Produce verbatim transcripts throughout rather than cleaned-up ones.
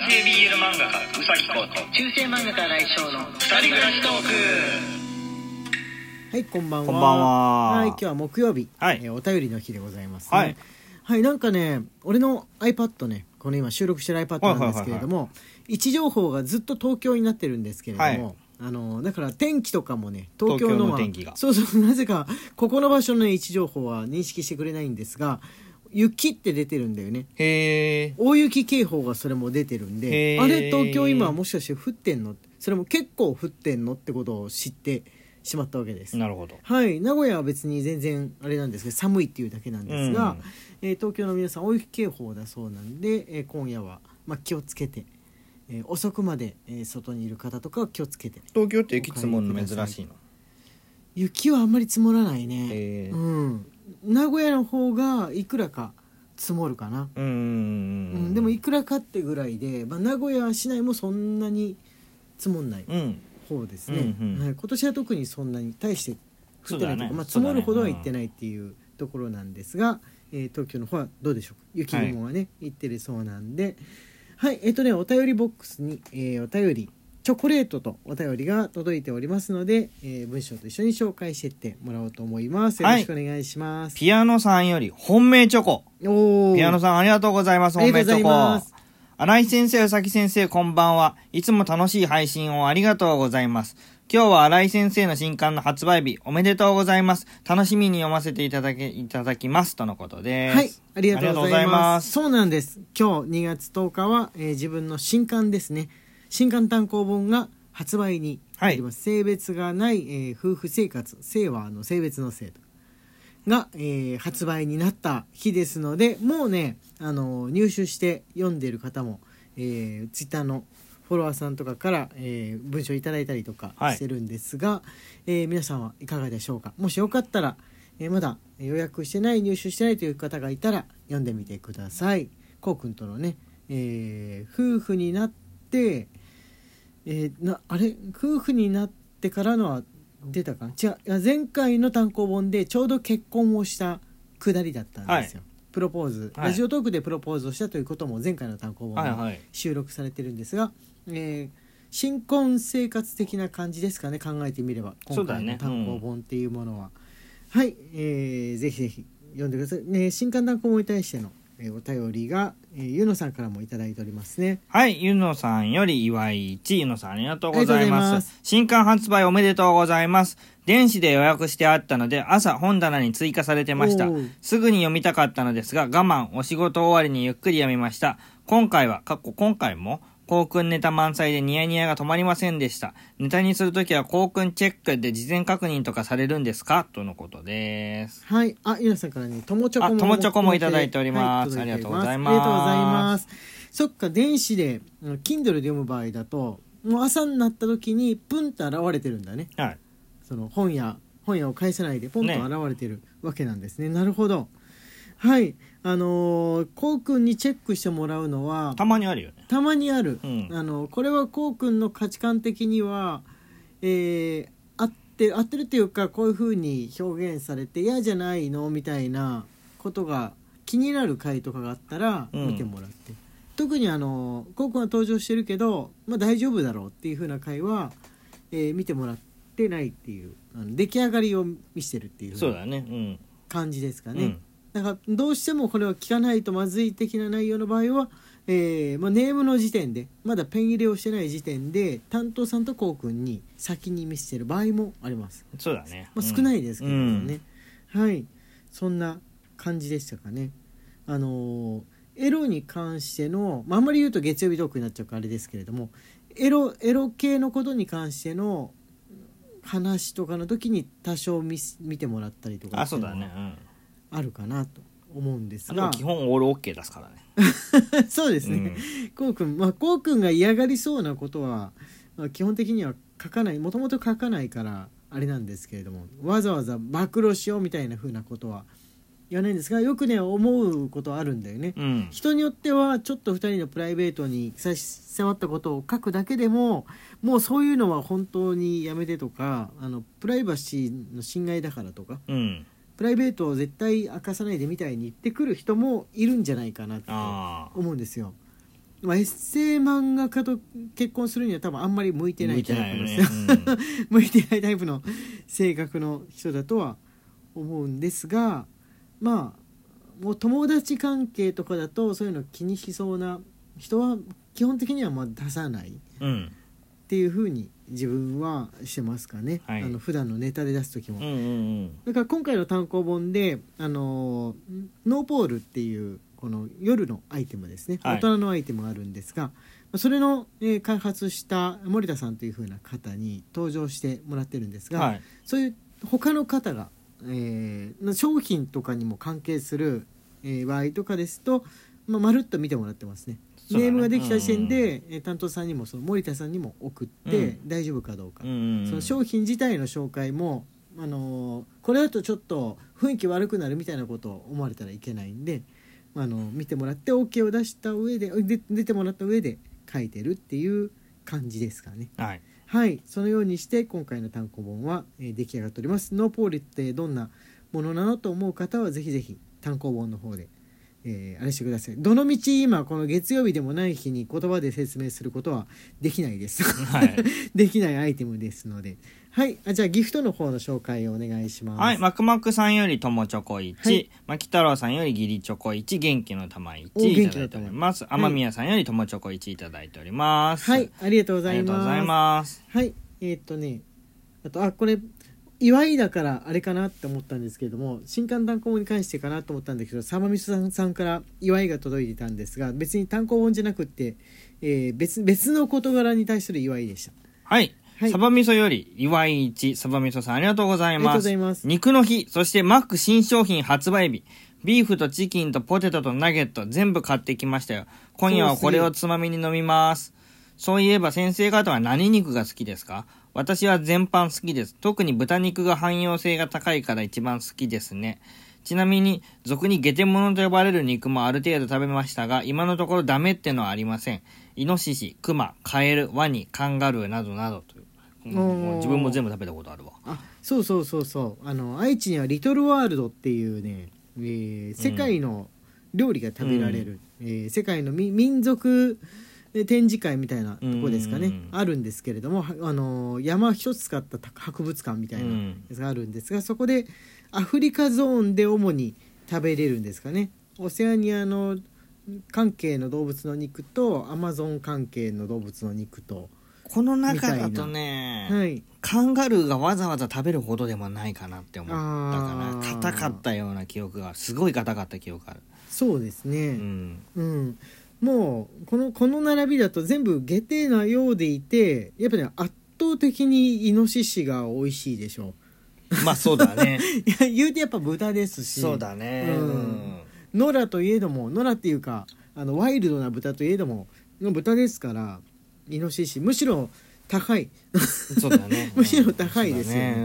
性 ビーエル 漫画家うさぎこと中世漫画家来翔の二人暮らしトーク。 はい、こんばんは。 こんばんは。 はい、今日は木曜日、 はいえー、お便りの日でございますね。 はい、 はい、なんかね、俺の iPad ね、この今収録してる iPad なんですけれども、はいはいはいはい、位置情報がずっと東京になってるんですけれども、はい、あのだから天気とかもね、東京のは東京の天気がそうそうなぜかここの場所の位置情報は認識してくれないんですが、雪って出てるんだよね。 へー。 大雪警報がそれも出てるんで、あれ東京今もしかして降ってんの、それも結構降ってんのってことを知ってしまったわけです。 なるほど。 はい、名古屋は別に全然あれなんですけど寒いっていうだけなんですが、うん、えー、東京の皆さん大雪警報だそうなんで、えー、今夜は、まあ、気をつけて、えー、遅くまで、えー、外にいる方とかは気をつけて。 東京って雪積もるの珍しいの？ 雪はあんまり積もらないね、うん、名古屋の方がいくらか積もるかな。うんうんうん、うん、でもいくらかってぐらいで、まあ、名古屋市内もそんなに積もんない、うんそうですね、うんうんはい、今年は特にそんなに大して降ってないというか、ねまあ、積もるほどは行ってないっていうところなんですが、えー、東京の方はどうでしょうか。雪雲はね、はい、行ってるそうなんで、はいえっ、ー、とねお便りボックスに、えー、お便りチョコレートとお便りが届いておりますので、えー、文章と一緒に紹介していってもらおうと思います。よろしくお願いします。 はい、ピアノさんより本命チョコ。おピアノさんありがとうございます。本命チョコ。新井先生、宇崎先生、こんばんは。いつも楽しい配信をありがとうございます。今日は新井先生の新刊の発売日、おめでとうございます。楽しみに読ませていただけ、いただきますとのことです。 はい、ありがとうございます。そうなんです。今日にがつとおかは、えー、自分の新刊ですね。新刊単行本が発売になります。はい、性別がない、えー、夫婦生活、性はあの性別の性と。が、えー、発売になった日ですので、もうね、あの入手して読んでいる方も、えー、ツイッターのフォロワーさんとかから、えー、文章いただいたりとかしてるんですが、はい、えー、皆さんはいかがでしょうか。もしよかったら、えー、まだ予約してない入手してないという方がいたら読んでみてください。こうくんとのね、えー、夫婦になって、えー、なあれ夫婦になってからのは出たかな。違う、前回の単行本でちょうど結婚をしたくだりだったんですよ、はい、プロポーズ、はい、ラジオトークでプロポーズをしたということも前回の単行本に収録されてるんですが、はいはい、えー、新婚生活的な感じですかね。考えてみれば今回の単行本っていうものは、ねうん、はい、えー、ぜひぜひ読んでください、ね、新刊単行本に対してのお便りが、えー、ゆのさんからもいただいておりますね。 はい、ゆのさんより祝いいち、ゆのさんありがとうございます。新刊発売おめでとうございます。電子で予約してあったので朝本棚に追加されてました。すぐに読みたかったのですが我慢、お仕事終わりにゆっくり読みました。今回はかっこ今回もこうくんネタ満載でニヤニヤが止まりませんでした。ネタにするときはこうくんチェックで事前確認とかされるんですかとのことです。 はい、あ、ゆなさんからね、ともチョコも、 あ、ともチョコもいただいております。はい、ありがとうございます。 ありがとうございます。そっか、電子で Kindle で読む場合だと、もう朝になった時にプンと現れてるんだね。はい。その本屋本屋を返さないでポンと現れてるわけなんですね。なるほど。はい、あのー、こうくんにチェックしてもらうのはたまにあるよね。 たまにある、うん、あのこれはこうくんの価値観的には、えー、合ってる合ってるっていうか、こういう風に表現されて嫌じゃないのみたいなことが気になる回とかがあったら見てもらって、うん、特にあのこうくんは登場してるけど、まあ、大丈夫だろうっていう風な回は、えー、見てもらってないっていう、あの出来上がりを見せてるっていうそうだね、うん、 感じですかね。うん、だからどうしてもこれは聞かないとまずい的な内容の場合は、えーまあ、ネームの時点でまだペン入れをしてない時点で担当さんとこうくんに先に見せてる場合もあります。 そうだね、 まあ、少ないですけどね、うん、はい、そんな感じでしたかね。あのー、エロに関しての、まあ、あんまり言うと月曜日トークになっちゃうからあれですけれども、エロ、エロ系のことに関しての話とかの時に多少 見, 見てもらったりとかあ、そうだね、 うん、あるかなと思うんですが、 基本オールオッケー出すからねそうですね、うん、こうくん、まあ、こうくんが嫌がりそうなことは、まあ、基本的には書かない、もともと書かないからあれなんですけれども、わざわざ暴露しようみたいな風なことは言わないんですが、よくね思うことあるんだよね、うん、人によってはちょっとふたりのプライベートに差し迫ったことを書くだけでももうそういうのは本当にやめてとか、あのプライバシーの侵害だからとか、うん、プライベートを絶対明かさないでみたいに言ってくる人もいるんじゃないかなって思うんですよ。 まあ、エッセイ漫画家と結婚するには多分あんまり向いてないタイプです、ねうん、向いてないタイプの性格の人だとは思うんですが、まあもう友達関係とかだとそういうの気にしそうな人は基本的にはまあ出さない、うんっていう風に自分はしてますかね、はい、あの普段のネタで出す時も、うんうんうん、だから今回の単行本であのノーポールっていうこの夜のアイテムですね、はい、大人のアイテムがあるんですがそれの、えー、開発した森田さんという風な方に登場してもらってるんですが、はい、そういう他の方が、えー、商品とかにも関係する、えー、場合とかですと、まあ、まるっと見てもらってますね。ネームができた時点で、うん、担当さんにもその森田さんにも送って大丈夫かどうか、うん、その商品自体の紹介も、あのー、これだとちょっと雰囲気悪くなるみたいなことを思われたらいけないんで、あの見てもらって OK を出した上でで出てもらった上で書いてるっていう感じですかね。はい、はい、そのようにして今回の単行本は、えー、出来上がっております。ノーポールってどんなものなのと思う方はぜひぜひ単行本の方でえー、あれしてください。どのみち今この月曜日でもない日に言葉で説明することはできないです、はい、できないアイテムですので、はい、あじゃあギフトの方の紹介をお願いします。 はい、マクマクさんよりともチョコいち、はい、マキ太郎さんよりギリチョコいち、元気の玉いちいただいております。天宮さんよりともチョコいちいただいております。 はい、ありがとうございます。ありがとうございます。はい、えー、っとねあとあこれ祝いだからあれかなって思ったんですけれども、新刊単行本に関してかなと思ったんだけど、サバミソさんさんから祝いが届いてたんですが、別に単行本じゃなくって、えー、別別の事柄に対する祝いでした。 はい、はい、サバミソより祝いいち、サバミソさんありがとうございます。ありがとうございます。肉の日、そしてマック新商品発売日、ビーフとチキンとポテトとナゲット全部買ってきましたよ。今夜はこれをつまみに飲みます。そういえば先生方は何肉が好きですか？私は全般好きです。特に豚肉が汎用性が高いから一番好きですね。ちなみに俗にゲテモノと呼ばれる肉もある程度食べましたが、今のところダメってのはありません。イノシシ、クマ、カエル、ワニ、カンガルーなどなどという、もう自分も全部食べたことあるわ。 あ、そうそうそうそう、あの愛知にはリトルワールドっていうね、えー、世界の料理が食べられる、うん、えー、世界の民族で展示会みたいなとこですかね、うんうんうん、あるんですけれども、あの山一つ使った博物館みたいなやつがあるんですが、そこでアフリカゾーンで主に食べれるんですかね。オセアニアの関係の動物の肉とアマゾン関係の動物の肉と、 この中だとね、はい、カンガルーがわざわざ食べるほどでもないかなって思ったかな。硬かったような記憶が、すごい硬かった記憶がある。 そうですね、うん、うん、もうこのこの並びだと全部下手なようでいて、やっぱり、ね、圧倒的にイノシシが美味しいでしょう。まあそうだね。 いや言うてやっぱ豚ですし。 そうだね、うん、 野良といえども、野良っていうかあのワイルドな豚といえどもの豚ですから、イノシシむしろ高い。 そうだね。 むしろ高いですよね。うん、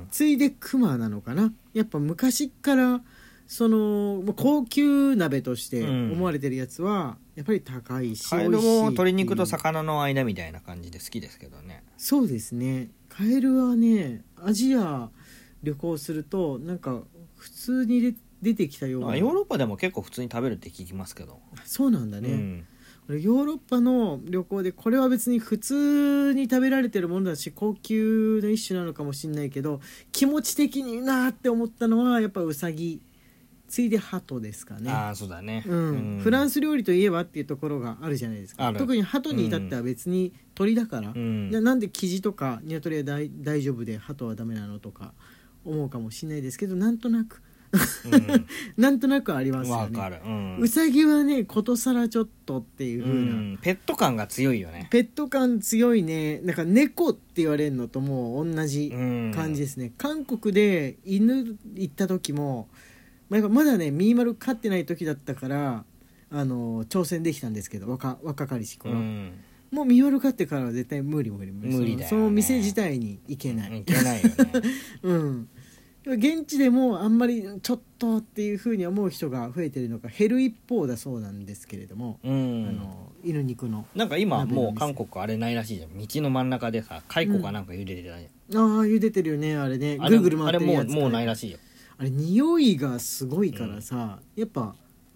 ついでクマなのかな。やっぱ昔からその高級鍋として思われてるやつはやっぱり高いし、 カエルも鶏肉と魚の間みたいな感じで好きですけどね。 そうですね。カエルはね、アジア旅行するとなんか普通に出てきたような。 ヨーロッパでも結構普通に食べるって聞きますけど。 そうなんだね、うん、ヨーロッパの旅行でこれは別に普通に食べられてるものだし高級の一種なのかもしれないけど、気持ち的になって思ったのはやっぱウサギ、ついで鳩ですかね。 ああそうだね、 うんうん、フランス料理といえばっていうところがあるじゃないですか。特に鳩に至っては別に鳥だから、うん、なんでキジとかニワトリは大大丈夫で鳩はダメなのとか思うかもしれないですけど、なんとなくうん、なんとなくありますよね。わかる、うん、ウサギはねことさらちょっとっていう風な、うん、 ペット感が強いよね。 ペット感強いね。なんか猫って言われるのともう同じ感じですね、うん、韓国で犬行った時もまあ、まだねミーマル飼ってない時だったからあの挑戦できたんですけど、若若かりし頃、うん、もうミーマル飼ってからは絶対無理無理無理、無理だよね。その店自体に行けない、 行けないよね。 うん、現地でもあんまりちょっとっていう風に思う人が増えてるのか減る一方だそうなんですけれども、うん、あの犬肉のなんか今もう韓国あれないらしいじゃん。道の真ん中でさ蚕かなんか茹でてたじゃん、うん、ああ茹でてるよねあれね。ぐるぐる回ってるやつ。 あれもう、もうないらしいよ。 あれ匂いがすごいからさ、うん、やっぱ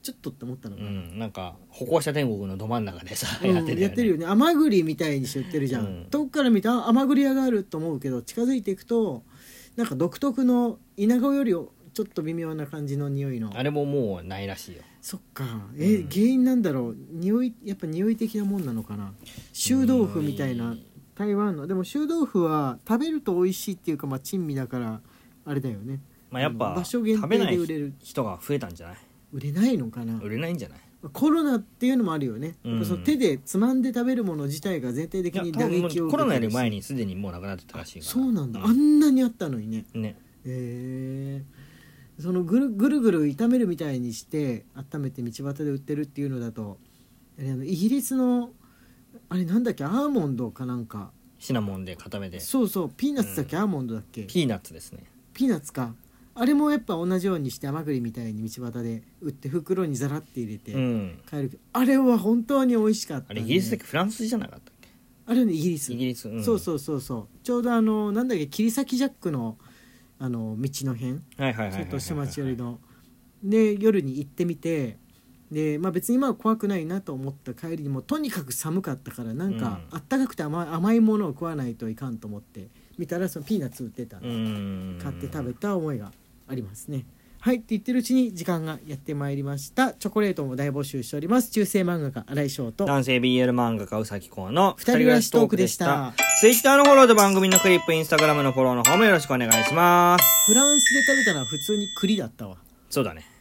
ちょっとって思ったのかな、 うん、なんか歩行者天国のど真ん中でさ、 うん、 やってるよねやってるよね。甘栗みたいにして売ってるじゃん、うん、遠くから見たら甘栗屋があると思うけど、近づいていくとなんか独特の稲子よりちょっと微妙な感じの匂いの、 あれももうないらしいよ。 そっか、え、うん、原因なんだろう。匂い、やっぱ匂い的なもんなのかな。臭豆腐みたいな台湾の。でも臭豆腐は食べると美味しいっていうか、まあ珍味だからあれだよね。 まあ、やっぱ場所限定で売れる人が増えたんじゃない。 売れないのかな。 売れないんじゃない。 コロナっていうのもあるよね、うん、その手でつまんで食べるもの自体が全体的に打撃を受けてるし、 コロナより前にすでにもうなくなってたらしいから。 そうなんだ、うん、あんなにあったのにね。 ねえー、そのぐるぐるぐる炒めるみたいにして温めて道端で売ってるっていうのだと、あれあのイギリスのあれなんだっけ、アーモンドかなんか、 シナモンで固めて、 そうそう、ピーナッツだっけ、うん、アーモンドだっけ、 ピーナッツですね。 ピーナッツか。あれもやっぱ同じようにして甘栗みたいに道端で売って袋にザラって入れて帰る、うん、あれは本当に美味しかった、ね、 あれイギリスだっけ、フランスじゃなかったっけ。 あれね、イギリスイギリス、うん、 そうそうそうそう。ちょうどあのなんだっけ、切り裂きジャックのあの道の辺、 はいはいはいはいはい、 ちょっと下町寄りので夜に行ってみて、で、まあ、別に今は怖くないなと思った帰りにもとにかく寒かったからなんか、うん、あったかくて 甘い、甘いものを食わないといかんと思って見たらそのピーナッツ売ってたんで買って食べた思いがありますね。はいって言ってるうちに時間がやってまいりました。チョコレートも大募集しております。中世漫画家新井翔と男性 ビーエル 漫画家宇崎公の二人暮らしトークでした。 ツイッターのフォローと番組のクリップ、インスタグラムのフォローの方もよろしくお願いします。 フランスで食べたら普通に栗だったわ。 そうだね。